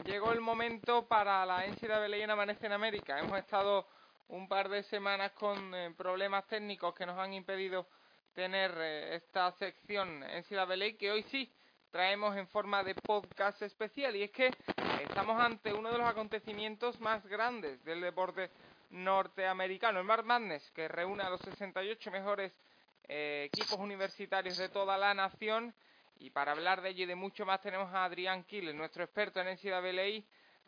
llegó el momento para la NCAA en Amanece en América. Hemos estado un par de semanas con problemas técnicos que nos han impedido tener esta sección NCAA, que hoy sí traemos en forma de podcast especial. Y es que estamos ante uno de los acontecimientos más grandes del deporte norteamericano, el March Madness, que reúne a los 68 mejores equipos universitarios de toda la nación. Y para hablar de ello y de mucho más tenemos a Adrián Quiles, nuestro experto en NCAA,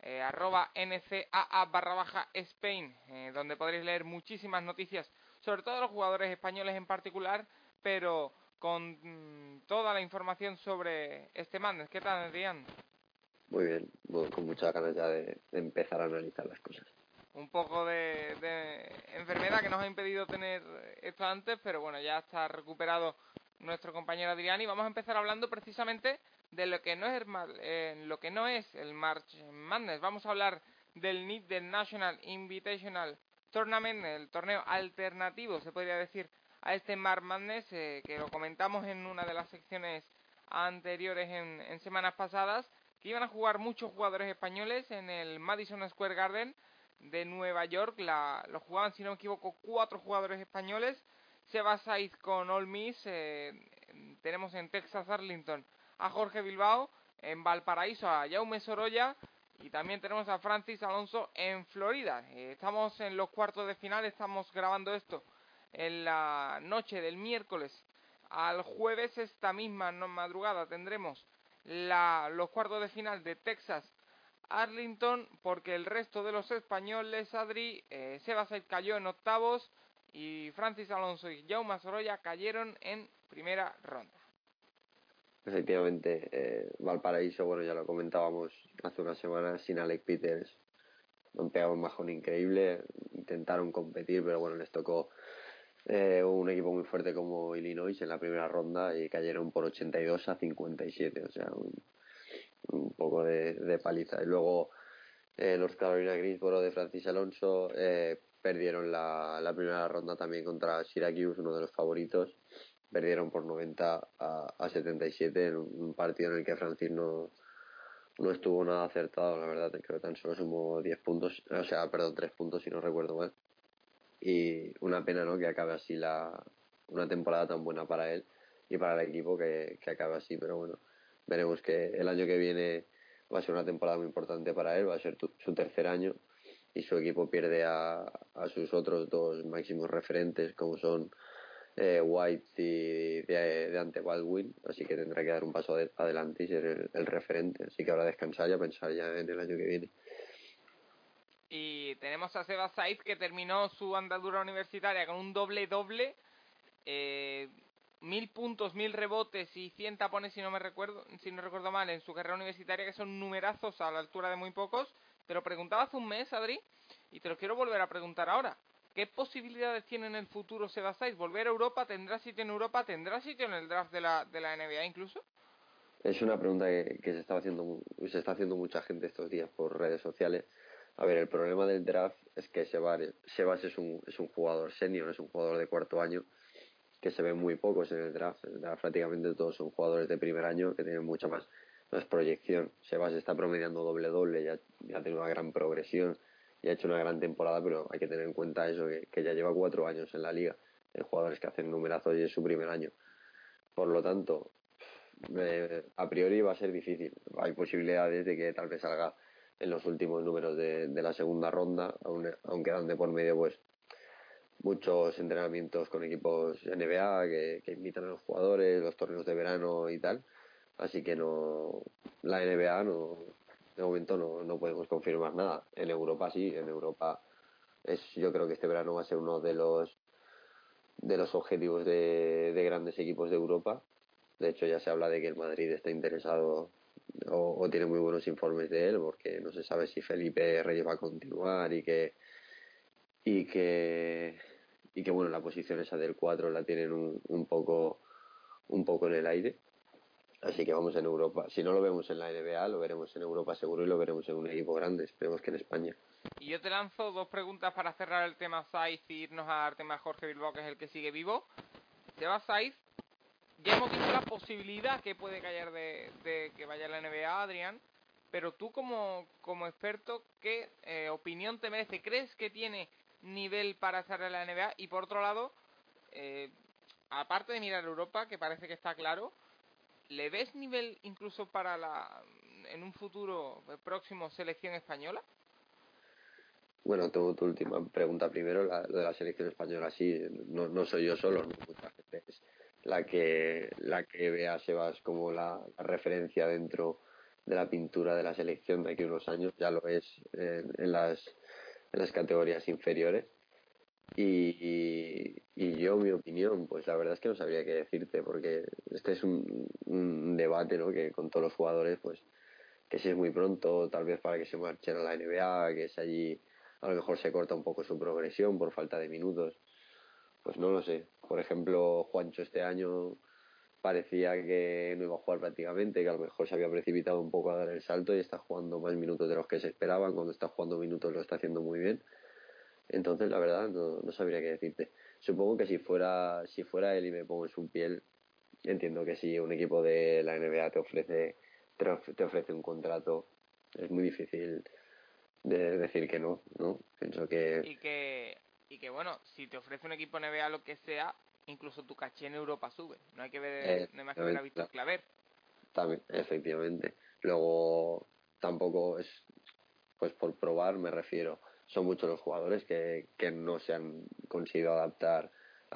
@ncaa_Spain, donde podréis leer muchísimas noticias, sobre todo de los jugadores españoles en particular, pero con toda la información sobre este Madness. ¿Qué tal, Adrián? Muy bien, con muchas ganas ya de empezar a analizar las cosas. Un poco de enfermedad que nos ha impedido tener esto antes, pero bueno, ya está recuperado nuestro compañero Adrián, y vamos a empezar hablando precisamente de lo que no es el March Madness. Vamos a hablar del NIT, del National Invitational Tournament, el torneo alternativo, se podría decir, a este March Madness, que lo comentamos en una de las secciones anteriores en semanas pasadas, que iban a jugar muchos jugadores españoles en el Madison Square Garden de Nueva York. Lo jugaban, si no me equivoco, 4 jugadores españoles. Sebas Saiz con Ole Miss, tenemos en Texas Arlington a Jorge Bilbao, en Valparaíso a Jaume Sorolla, y también tenemos a Francis Alonso en Florida. Estamos en los cuartos de final, estamos grabando esto en la noche del miércoles al jueves. Esta misma madrugada tendremos los cuartos de final de Texas Arlington, porque el resto de los españoles, Adri, Sebas Saiz cayó en octavos y Francis Alonso y Jaume Sorolla cayeron en primera ronda. Efectivamente, Valparaíso, bueno, ya lo comentábamos hace unas semanas, sin Alec Peters, han pegado un bajón increíble, intentaron competir, pero bueno, les tocó un equipo muy fuerte como Illinois en la primera ronda y cayeron por 82-57, o sea, un poco de paliza. Y luego los Carolina Greensboro de Francis Alonso perdieron la primera ronda también contra Syracuse, uno de los favoritos. Perdieron por 90-77 en un partido en el que Francis no estuvo nada acertado, la verdad. Creo que tan solo sumó 10 puntos, 3 puntos si no recuerdo mal. Y una pena, ¿no?, que acabe así una temporada tan buena para él y para el equipo, que acabe así. Pero bueno, veremos, que el año que viene va a ser una temporada muy importante para él, va a ser su tercer año, y su equipo pierde a sus otros dos máximos referentes, como son White y de Ante Baldwin, así que tendrá que dar un paso adelante y ser el referente. Así que ahora descansar y a pensar ya en el año que viene. Y tenemos a Sebas Saiz, que terminó su andadura universitaria con un doble-doble, 1000 puntos, 1000 rebotes y 100 tapones, si no recuerdo mal, en su carrera universitaria, que son numerazos a la altura de muy pocos. Te lo preguntaba hace un mes, Adri, y te lo quiero volver a preguntar ahora. ¿Qué posibilidades tiene en el futuro Sebas Saiz? ¿Volver a Europa? ¿Tendrá sitio en Europa? ¿Tendrá sitio en el draft de la NBA incluso? Es una pregunta que se está haciendo mucha gente estos días por redes sociales. A ver, el problema del draft es que Sebas es un jugador senior, es un jugador de cuarto año, que se ven muy pocos en el draft. En el draft prácticamente todos son jugadores de primer año que tienen mucha más proyección. Sebas está promediando doble-doble, ya ha tenido una gran progresión y ha hecho una gran temporada, pero hay que tener en cuenta eso, que ya lleva 4 años en la liga. Hay jugadores que hacen numerazos y es su primer año. Por lo tanto, a priori va a ser difícil. Hay posibilidades de que tal vez salga en los últimos números de la segunda ronda, aunque quedan de por medio pues muchos entrenamientos con equipos NBA que invitan a los jugadores, los torneos de verano y tal. Así que la NBA de momento no podemos confirmar nada. En Europa sí, en Europa yo creo que este verano va a ser uno de los objetivos de grandes equipos de Europa. De hecho, ya se habla de que el Madrid está interesado o tiene muy buenos informes de él, porque no se sabe si Felipe Reyes va a continuar y que bueno, la posición esa del 4 la tienen un poco en el aire. Así que vamos en Europa. Si no lo vemos en la NBA, lo veremos en Europa seguro, y lo veremos en un equipo grande. Esperemos que en España. Y yo te lanzo 2 preguntas para cerrar el tema Saiz y irnos al tema Jorge Bilbao, que es el que sigue vivo. Sebas Saiz, ya hemos visto la posibilidad que puede caer de que vaya a la NBA, Adrián, pero tú como experto, ¿qué opinión te merece? ¿Crees que tiene nivel para estar en la NBA? Y por otro lado, aparte de mirar Europa, que parece que está claro, ¿le ves nivel incluso para en un futuro próximo selección española? Bueno, tu última pregunta primero, lo de la selección española, sí, no soy yo solo, ¿no? Mucha gente es la que ve a Sebas como la referencia dentro de la pintura de la selección de aquí a unos años, ya lo es en las categorías inferiores. Y yo, mi opinión, pues la verdad es que no sabría qué decirte, porque este es un debate, ¿no? Que con todos los jugadores, pues que si es muy pronto, tal vez para que se marchen a la NBA, que es allí, a lo mejor se corta un poco su progresión por falta de minutos. Pues no lo sé. Por ejemplo, Juancho este año parecía que no iba a jugar prácticamente, que a lo mejor se había precipitado un poco a dar el salto y está jugando más minutos de los que se esperaban. Cuando está jugando minutos lo está haciendo muy bien. Entonces, la verdad, no sabría qué decirte. Supongo que si fuera él y me pongo en su piel, entiendo que si un equipo de la NBA te ofrece un contrato, es muy difícil de decir que no, ¿no? Pienso que Y que bueno, si te ofrece un equipo NBA lo que sea, incluso tu caché en Europa sube. No hay más que ver a Víctor Claver. también, efectivamente. Luego, tampoco es, pues por probar me refiero, son muchos los jugadores que no se han conseguido adaptar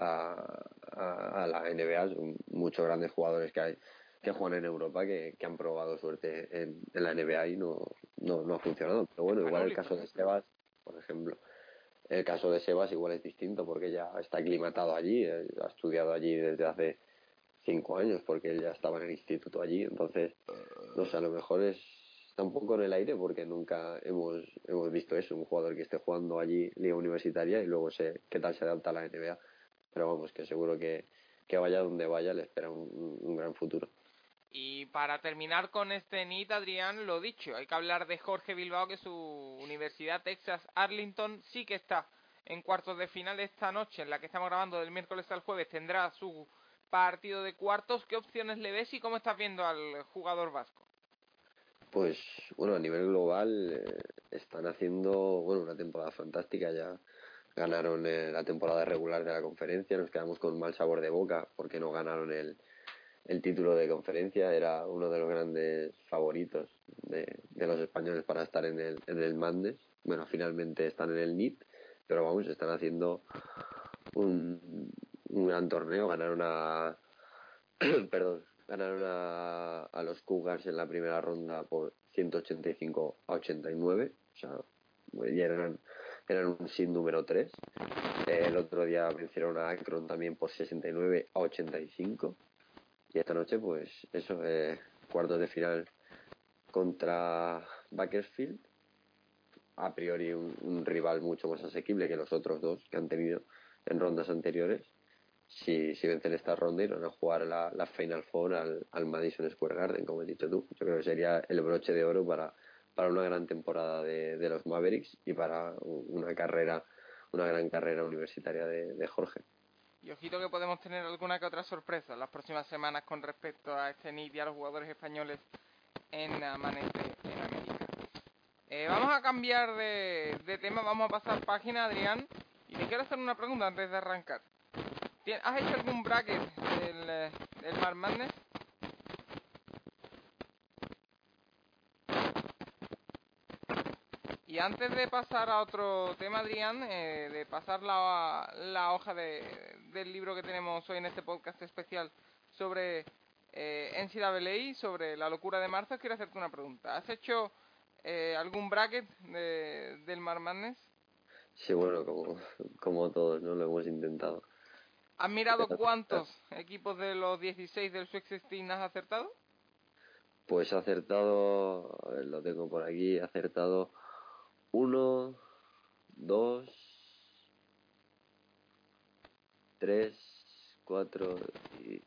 a la NBA, son muchos grandes jugadores que juegan en Europa que han probado suerte en la NBA y no ha funcionado. Pero bueno, igual el Spanuli, por caso de ejemplo. Sebas, por ejemplo, el caso de Sebas igual es distinto porque ya está aclimatado allí, ha estudiado allí desde hace 5 años porque él ya estaba en el instituto allí, entonces no sé, a lo mejor está un poco en el aire porque nunca hemos visto eso, un jugador que esté jugando allí liga universitaria y luego sé qué tal se adapta a la NBA, pero vamos, que seguro que vaya donde vaya le espera un gran futuro. Y para terminar con este NIT, Adrián, lo dicho, hay que hablar de Jorge Bilbao, que su Universidad Texas Arlington sí que está en cuartos de final esta noche, en la que estamos grabando del miércoles al jueves, tendrá su partido de cuartos. ¿Qué opciones le ves y cómo estás viendo al jugador vasco? Pues bueno, a nivel global están haciendo bueno una temporada fantástica, ya ganaron la temporada regular de la conferencia, nos quedamos con mal sabor de boca porque no ganaron el título de conferencia, era uno de los grandes favoritos de los españoles para estar en el Madness. Bueno, finalmente están en el NIT, pero vamos, están haciendo un gran torneo, ganaron perdón, ganaron a los Cougars en la primera ronda por 185-89, o sea, ya eran un seed número 3. El otro día vencieron a Akron también por 69-85. Y esta noche, pues eso, cuartos de final contra Bakersfield. A priori un rival mucho más asequible que los otros dos que han tenido en rondas anteriores. Si vencen esta ronda irán a jugar la Final Four al Madison Square Garden, como has dicho tú. Yo creo que sería el broche de oro para una gran temporada de los Mavericks y para una gran carrera universitaria de Jorge. Y ojito que podemos tener alguna que otra sorpresa en las próximas semanas con respecto a este NIT y a los jugadores españoles en Amanece en América. Vamos a cambiar de tema, vamos a pasar página, Adrián. Y te quiero hacer una pregunta antes de arrancar. ¿Has hecho algún bracket del March Madness? Y antes de pasar a otro tema, Adrián, de pasar la hoja del libro que tenemos hoy en este podcast especial sobre NCAA, sobre la locura de marzo, quiero hacerte una pregunta. ¿Has hecho algún bracket del March Madness? Sí, bueno, como todos, ¿no? Lo hemos intentado. ¿Has mirado cuántos equipos de los 16 del Sweet 16 has acertado? Pues he acertado, a ver, lo tengo por aquí, he acertado uno, dos, tres, cuatro y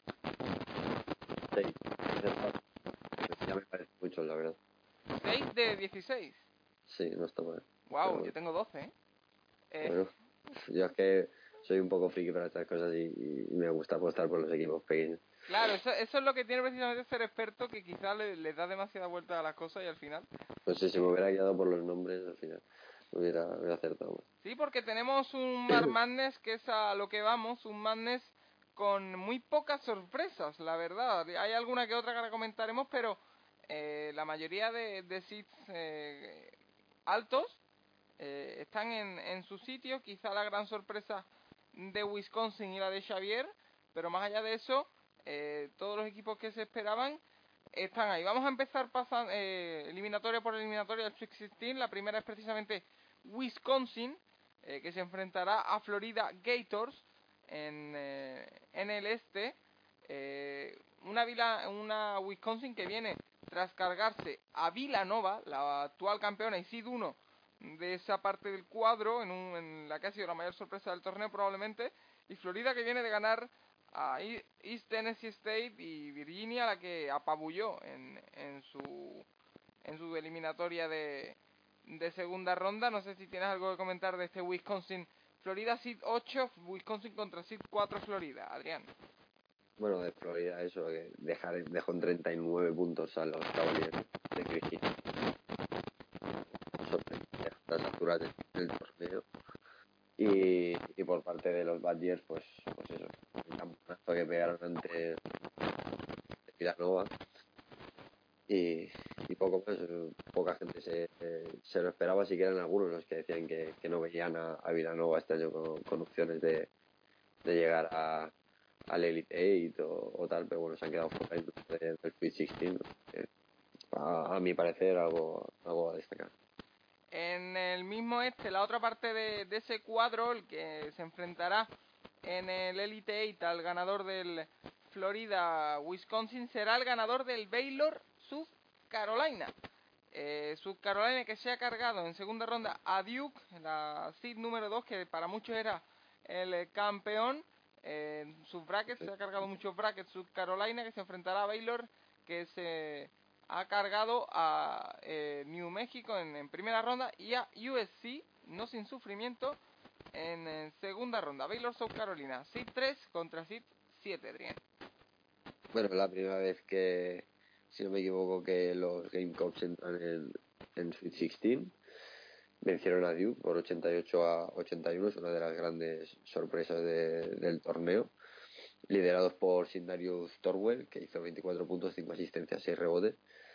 seis. He acertado. Ya me parece mucho, la verdad. 6 de 16. Sí, no está mal. Pero Wow, yo bueno, tengo 12, ¿eh? bueno, yo es que soy un poco friki para estas cosas y me gusta apostar por los equipos pequeños. Claro, eso es lo que tiene precisamente ser experto, que quizás le da demasiada vuelta a las cosas y al final... No sé, si me hubiera guiado por los nombres, al final hubiera acertado más. Sí, porque tenemos un March Madness que es a lo que vamos, un Madness con muy pocas sorpresas, la verdad. Hay alguna que otra que ahora comentaremos, pero la mayoría de seeds altos están en su sitio. Quizá la gran sorpresa de Wisconsin y la de Xavier, pero más allá de eso, todos los equipos que se esperaban están ahí. Vamos a empezar pasando eliminatoria por eliminatoria del Sweet 16. La primera es precisamente Wisconsin, que se enfrentará a Florida Gators en el este. Una Wisconsin que viene tras cargarse a Villanova, la actual campeona y seed 1 de esa parte del cuadro, en la que ha sido la mayor sorpresa del torneo probablemente, y Florida que viene de ganar a East Tennessee State y Virginia, la que apabulló en su eliminatoria de segunda ronda. No sé si tienes algo que comentar de este Wisconsin Florida seed 8, Wisconsin contra seed 4 Florida, Adrián. Bueno, de Florida eso, que dejó en 39 puntos a los Cavaliers de Virginia. Sorprendente a las alturas del torneo. Y por parte de los Badgers, pues eso, el campeonato que pegaron ante Villanova. Y poco más, poca gente se lo esperaba, siquiera en algunos los que decían que no veían a Villanova este año con opciones de llegar al Elite 8 o tal, pero bueno, se han quedado fuera del Sweet 16, ¿no? A mi parecer algo a destacar. En el mismo la otra parte de ese cuadro, el que se enfrentará en el Elite 8 al ganador del Florida-Wisconsin, será el ganador del Baylor South Carolina. South Carolina que se ha cargado en segunda ronda a Duke, la seed número 2, que para muchos era el campeón. Sus brackets, se ha cargado muchos brackets South Carolina, que se enfrentará a Baylor, que se ha cargado a New Mexico en primera ronda y a USC, no sin sufrimiento, en segunda ronda. Baylor South Carolina, seed 3 contra seed 7, Adrián. Bueno, la primera vez que, si no me equivoco, que los Gamecocks entran en Sweet 16. Vencieron a Duke por 88-81, es una de las grandes sorpresas del torneo. Liderados por Sindarius Torwell, que hizo 24 puntos, 5 asistencias, 6 rebotes.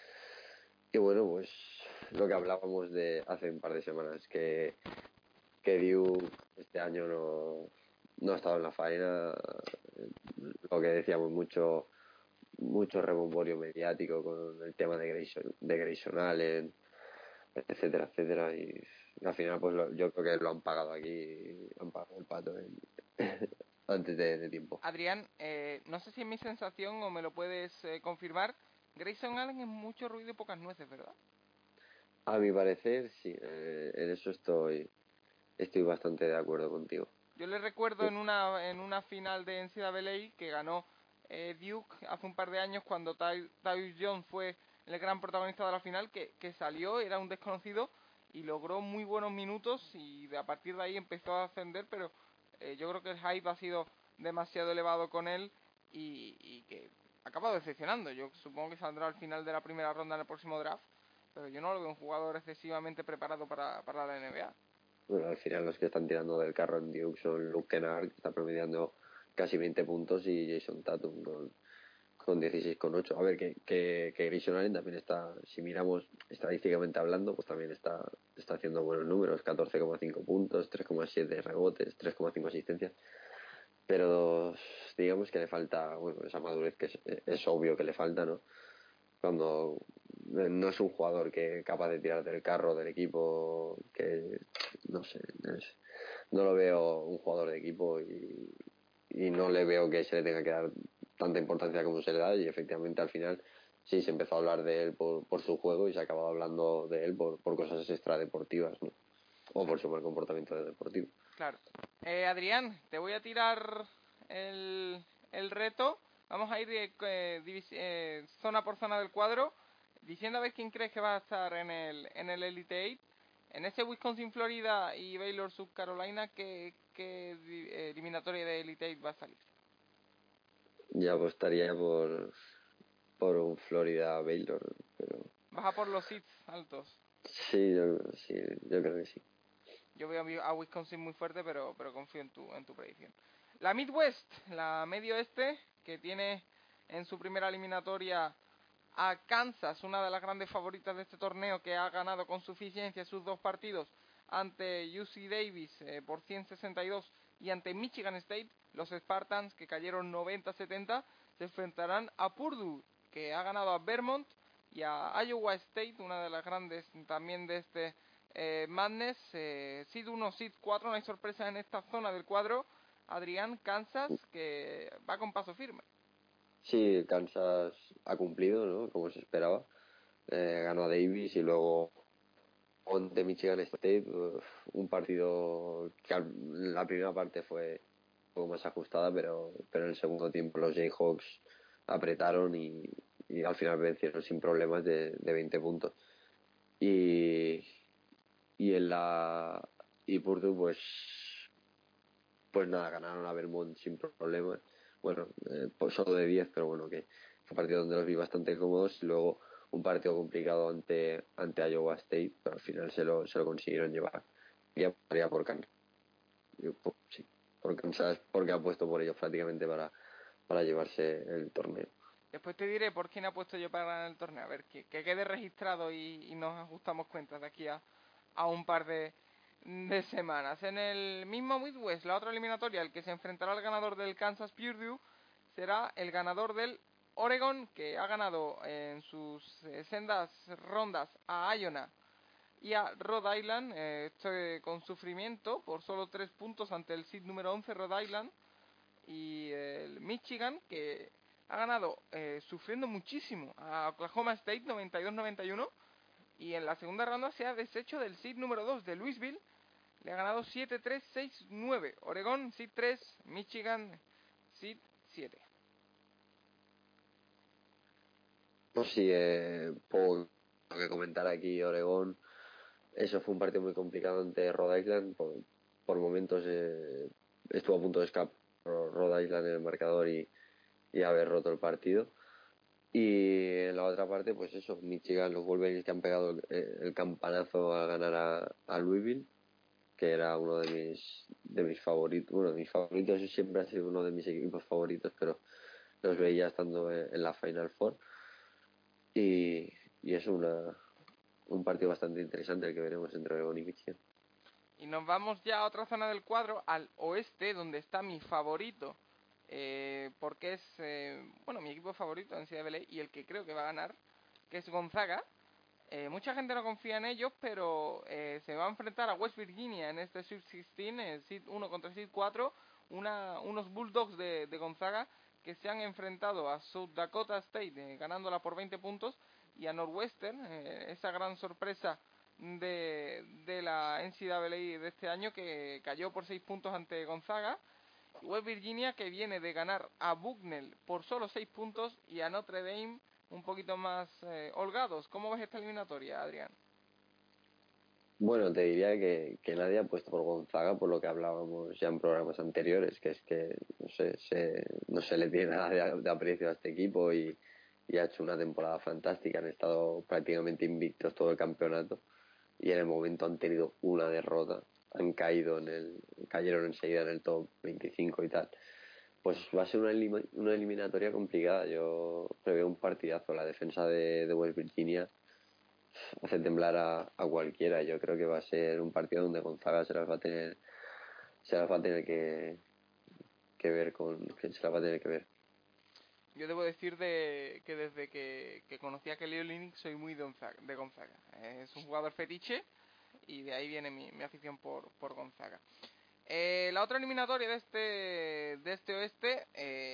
Y bueno, pues lo que hablábamos de hace un par de semanas, que Duke este año no ha estado en la faena. Lo que decíamos, mucho rebomborio mediático con el tema de Grayson Allen, etcétera, etcétera, y al final pues yo creo que lo han pagado aquí, han pagado el pato antes de tiempo. Adrián, no sé si es mi sensación o me lo puedes confirmar, Grayson Allen es mucho ruido y pocas nueces, ¿verdad? A mi parecer sí, en eso estoy bastante de acuerdo contigo. Yo le recuerdo en una final de NCAA que ganó Duke hace un par de años, cuando Tyus Jones fue el gran protagonista de la final, que salió, era un desconocido y logró muy buenos minutos, y a partir de ahí empezó a ascender, pero yo creo que el hype ha sido demasiado elevado con él y que ha acabado decepcionando. Yo supongo que saldrá al final de la primera ronda en el próximo draft, pero yo no lo veo un jugador excesivamente preparado para la NBA. Bueno, al final los que están tirando del carro en Duke son Luke Kennard, que está promediando casi 20 puntos, y Jason Tatum con 16,8. A ver, que Grayson Allen también está, si miramos estadísticamente hablando, pues también está haciendo buenos números, 14,5 puntos, 3,7 rebotes, 3,5 asistencias, pero digamos que le falta, bueno, esa madurez que es obvio que le falta, ¿no? Cuando no es un jugador que capaz de tirar del carro del equipo, que no sé, no lo veo un jugador de equipo, y no le veo que se le tenga que dar tanta importancia como se le da, y efectivamente al final sí se empezó a hablar de él por su juego y se ha acabado hablando de él por cosas extradeportivas, ¿no? O por su mal comportamiento deportivo. Claro. Adrián, te voy a tirar el reto. Vamos a ir zona por zona del cuadro, diciendo a ver quién crees que va a estar en el Elite 8. En ese Wisconsin, Florida y Baylor, South Carolina, ¿qué eliminatoria de Elite 8 va a salir? Ya apostaría por un Florida Baylor, pero Baja por los seeds altos. sí, yo creo que sí. Yo veo a Wisconsin muy fuerte, pero confío en tu predicción. La Midwest, la medio oeste, que tiene en su primera eliminatoria a Kansas, una de las grandes favoritas de este torneo, que ha ganado con suficiencia sus 2 partidos ante UC Davis por 162 y ante Michigan State. Los Spartans, que cayeron 90-70, se enfrentarán a Purdue, que ha ganado a Vermont, y a Iowa State, una de las grandes también de este Madness. Seed 1, Seed 4, no hay sorpresa en esta zona del cuadro. Adrián, Kansas, que va con paso firme. Sí, Kansas ha cumplido, ¿no? Como se esperaba. Ganó a Davis y luego ante Michigan State, un partido que la primera parte fue un poco más ajustada, pero en el segundo tiempo los Jayhawks apretaron y al final vencieron sin problemas de 20 puntos. Y, y en la y Purdue pues nada, ganaron a Vermont sin problemas. Bueno, pues solo de 10, pero bueno, que fue un partido donde los vi bastante cómodos. Y luego un partido complicado ante Iowa State, pero al final se lo consiguieron llevar. Y apostaría por Kansas. Sí, por Kansas, porque ha puesto por ellos prácticamente para llevarse el torneo. Después te diré por quién ha puesto yo para ganar el torneo. A ver, que quede registrado y nos ajustamos cuentas de aquí a un par de semanas. En el mismo Midwest, la otra eliminatoria, el que se enfrentará al ganador del Kansas Purdue será el ganador del Oregon, que ha ganado en sus sendas rondas a Iona y a Rhode Island, con sufrimiento por solo 3 puntos ante el seed número 11 Rhode Island, y el Michigan, que ha ganado sufriendo muchísimo a Oklahoma State 92-91, y en la segunda ronda se ha deshecho del seed número 2 de Louisville. Le ha ganado 7-3, 6-9. Oregón seed 3, Michigan seed 7. Pues sí, poco que comentar aquí, Oregón. Eso fue un partido muy complicado ante Rhode Island. Por momentos estuvo a punto de escapar Rhode Island en el marcador y haber roto el partido. Y en la otra parte, pues eso, Michigan, los Wolverines que han pegado el campanazo a ganar a Louisville, que era uno de mis favoritos. Bueno, de mis favoritos siempre ha sido uno de mis equipos favoritos, pero los veía estando en la Final Four. Y es un partido bastante interesante el que veremos entre Oregon y Michigan. Y nos vamos ya a otra zona del cuadro, al oeste, donde está mi favorito, porque es, bueno, mi equipo favorito en NCAA y el que creo que va a ganar, que es Gonzaga. Mucha gente no confía en ellos, pero se va a enfrentar a West Virginia en este Sweet 16, el Seed 1 contra Seed 4, unos Bulldogs de Gonzaga que se han enfrentado a South Dakota State, ganándola por 20 puntos, y a Northwestern, esa gran sorpresa de la NCAA de este año, que cayó por 6 puntos ante Gonzaga. Y West Virginia, que viene de ganar a Bucknell por solo 6 puntos, y a Notre Dame un poquito más holgados. ¿Cómo ves esta eliminatoria, Adrián? Bueno, te diría que nadie ha puesto por Gonzaga por lo que hablábamos ya en programas anteriores, que es que no se le tiene nada de aprecio a este equipo y ha hecho una temporada fantástica. Han estado prácticamente invictos todo el campeonato y en el momento han tenido una derrota, cayeron enseguida en el top 25 y tal. Pues va a ser una eliminatoria complicada. Yo preveo un partidazo. La defensa de West Virginia hace temblar a cualquiera. Yo creo que va a ser un partido donde Gonzaga se las va a tener que ver se las va a tener que ver. Yo debo decir que desde que conocí a Kelly Olynyk soy muy de Gonzaga. Es un jugador fetiche y de ahí viene mi afición por Gonzaga. La otra eliminatoria de este oeste,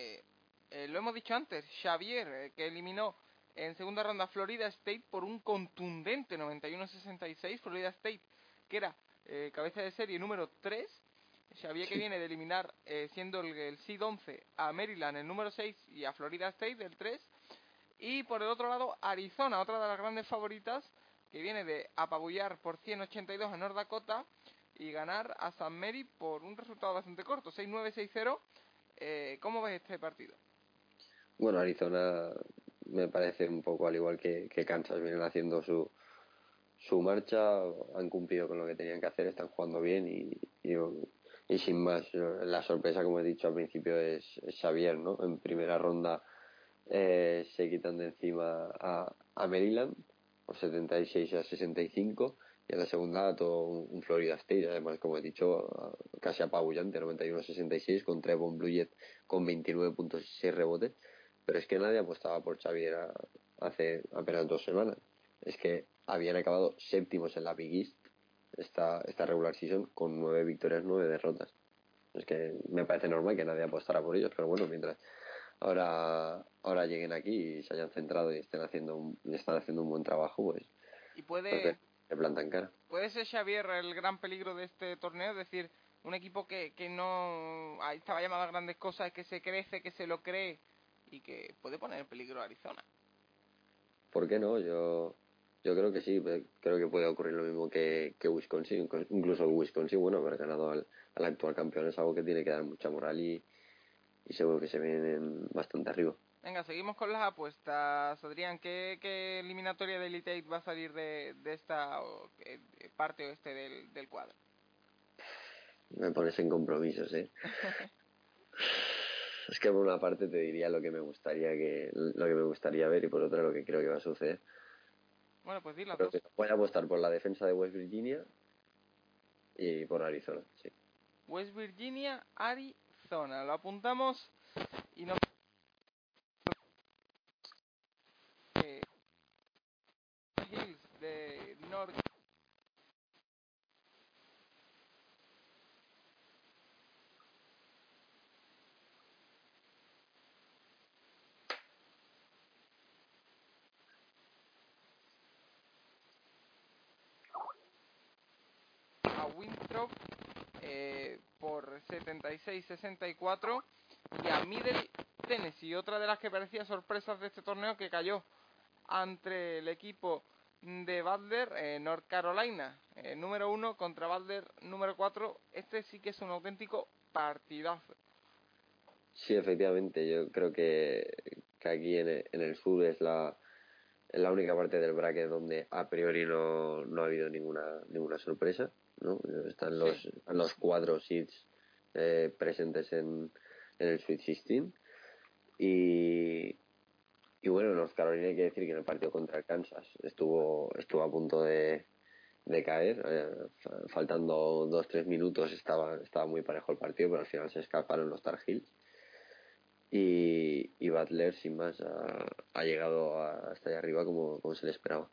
lo hemos dicho antes, Xavier, que eliminó en segunda ronda a Florida State por un contundente 91-66. Florida State, que era cabeza de serie número 3. Xavier, que Sí. viene de eliminar, siendo el seed 11, a Maryland el número 6 y a Florida State del 3. Y por el otro lado, Arizona, otra de las grandes favoritas, que viene de apabullar por 182 a North Dakota y ganar a San Mary por un resultado bastante corto, 6-9, 6-0. ¿Cómo ves este partido? Bueno, Arizona me parece un poco al igual que Kansas, vienen haciendo su marcha, han cumplido con lo que tenían que hacer, están jugando bien y sin más. La sorpresa, como he dicho al principio, es Xavier, ¿no? En primera ronda se quitan de encima a Maryland por 76-65 y en la segunda todo un Florida State, además, como he dicho, casi apabullante, 91-66 con Trevon Bluet con 29 puntos y 6 rebotes, pero es que nadie apostaba por Xavier hace apenas 2 semanas. Es que habían acabado séptimos en la Big East esta regular season con 9 victorias, 9 derrotas. Es que me parece normal que nadie apostara por ellos, pero bueno, mientras ahora lleguen aquí y se hayan centrado y están haciendo un buen trabajo, Y pues le plantan cara. puede ser Xavier el gran peligro de este torneo, es decir, un equipo que no ahí estaba llamado a grandes cosas, que se crece, que se lo cree y que puede poner en peligro a Arizona. ¿Por qué no? Yo creo que sí, creo que puede ocurrir lo mismo que Wisconsin, incluso Wisconsin, bueno, haber ganado al actual campeón es algo que tiene que dar mucha moral y seguro que se vienen bastante arriba. Venga, seguimos con las apuestas. Adrián, ¿qué eliminatoria de Elite Eight va a salir de esta parte oeste del cuadro? Me pones en compromisos, ¿eh? Es que por una parte te diría lo que me gustaría ver y por otra lo que creo que va a suceder. Bueno, pues di las Creo dos. que voy a apostar por la defensa de West Virginia y por Arizona, sí. West Virginia, Arizona. Lo apuntamos y nos... Hills de North. A Winthrop por 76-64 y a Middle Tennessee, otra de las que parecía sorpresas de este torneo que cayó ante el equipo de Butler, North Carolina, número 1 contra Butler número 4. Este sí que es un auténtico partidazo. Sí, efectivamente, yo creo que aquí en el sur es la única parte del bracket donde a priori no ha habido ninguna sorpresa, ¿no? Están Sí. los 4 seeds presentes en el Sweet 16 y, y bueno, North Carolina hay que decir que en el partido contra el Kansas estuvo a punto de caer, faltando 2-3 minutos estaba muy parejo el partido, pero al final se escaparon los Tar Heels. Y Butler, sin más, ha llegado hasta allá arriba como se le esperaba.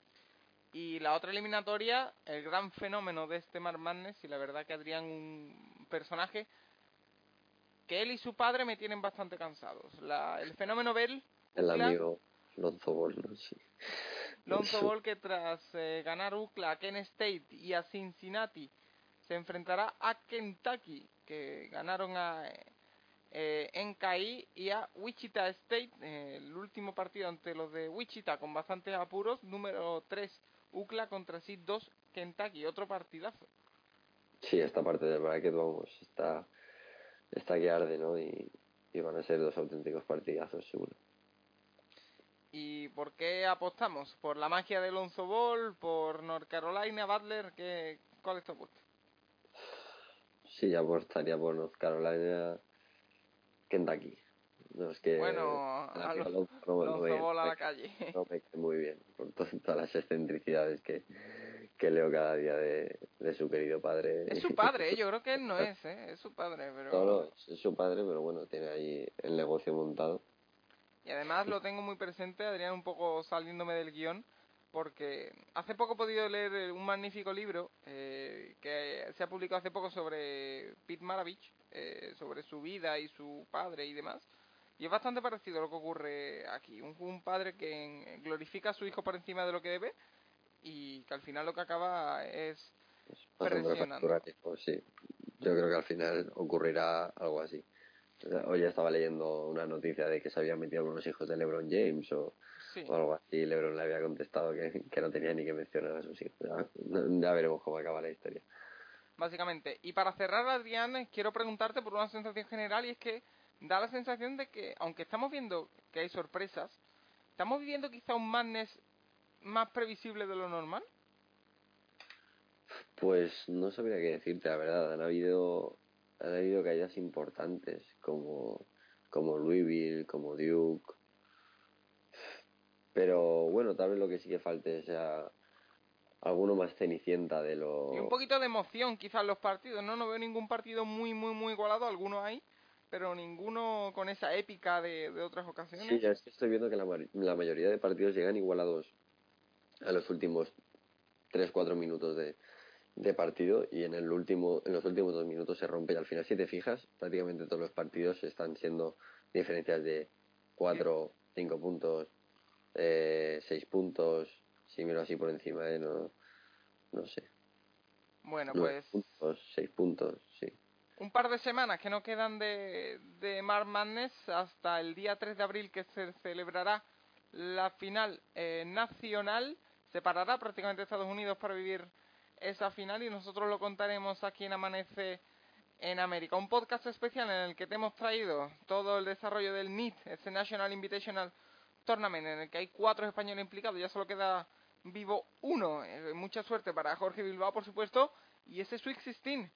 Y la otra eliminatoria, el gran fenómeno de este March Madness, y la verdad que Adrián, un personaje que él y su padre me tienen bastante cansados. El fenómeno Bell, El UCLA, amigo Lonzo Ball, ¿no? Sí. Lonzo Ball, que tras ganar UCLA, a Kent State y a Cincinnati, se enfrentará a Kentucky, que ganaron a NKI y a Wichita State, el último partido ante los de Wichita con bastantes apuros, número 3 UCLA contra Seed 2 Kentucky, otro partidazo. Sí, esta parte del bracket, vamos, está que arde, ¿no? Y van a ser 2 auténticos partidazos, seguro. ¿Y por qué apostamos? ¿Por la magia de Lonzo Ball? ¿Por North Carolina, Butler? ¿Cuál es tu apuesta? Sí, ya apostaría por North Carolina, Kentucky. No, es que Bueno, el a amigo Lonzo Lonzo Ball a la calle. no me cae muy bien, por todas las excentricidades que leo cada día de su querido padre. Es su padre, yo creo que él no es su padre, No, pero... no, es su padre, pero bueno, tiene ahí el negocio montado. Y además lo tengo muy presente, Adrián, un poco saliéndome del guión, porque hace poco he podido leer un magnífico libro que se ha publicado hace poco sobre Pete Maravich, sobre su vida y su padre y demás. Y es bastante parecido a lo que ocurre aquí. Un padre que glorifica a su hijo por encima de lo que debe y que al final lo que acaba es Pasando factura, presionándolo. tipo, sí. Yo creo que al final ocurrirá algo así. Hoy estaba leyendo una noticia de que se habían metido con los hijos de LeBron James Sí, o algo así. LeBron le había contestado que no tenía ni que mencionar a sus hijos. Ya veremos cómo acaba la historia. básicamente. Y para cerrar, Adrián, quiero preguntarte por una sensación general y es que da la sensación de que, aunque estamos viendo que hay sorpresas, estamos viviendo quizá un Madness más previsible de lo normal. Pues no sabría qué decirte, la verdad. Han habido caídas importantes como Louisville, como Duke. Pero bueno, tal vez lo que sí que falte sea alguno más cenicienta de Y un lo... poquito de emoción quizás en los partidos, ¿no? No veo ningún partido muy igualado, algunos hay, pero ninguno con esa épica de otras Sí, ocasiones. ya es que estoy viendo que la mayoría de partidos llegan igualados a los últimos 3 4 minutos de partido y en los últimos 2 minutos se rompe y al final si te fijas prácticamente todos los partidos están siendo diferencias de Sí. 4 5 puntos, 6 puntos, si miro así por encima, no sé, Bueno, 9 puntos, 6 puntos, sí. un par de semanas que no quedan de March Madness hasta el día 3 de abril que se celebrará la final nacional. Se parará prácticamente Estados Unidos para vivir esa final y nosotros lo contaremos aquí en Amanece en América. Un podcast especial en el que te hemos traído todo el desarrollo del NIT, este National Invitational Tournament, en el que hay 4 españoles implicados. Ya solo queda vivo uno. Mucha suerte para Jorge Bilbao, por supuesto, y ese Sweet 16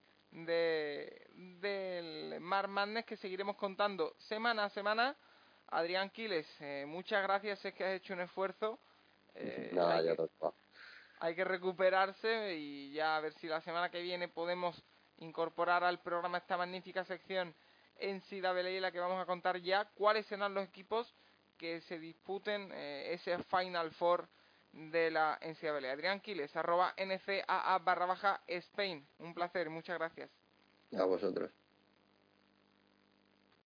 del March Madness que seguiremos contando semana a semana. Adrián Quiles, muchas gracias, es que has hecho un esfuerzo. Nada, ya toca. Hay que recuperarse y ya a ver si la semana que viene podemos incorporar al programa esta magnífica sección en NCAA en la que vamos a contar ya cuáles serán los equipos que se disputen ese Final Four de la NCAA. Adrián Quiles, @ncaa_Spain. Un placer, muchas gracias. A vosotros.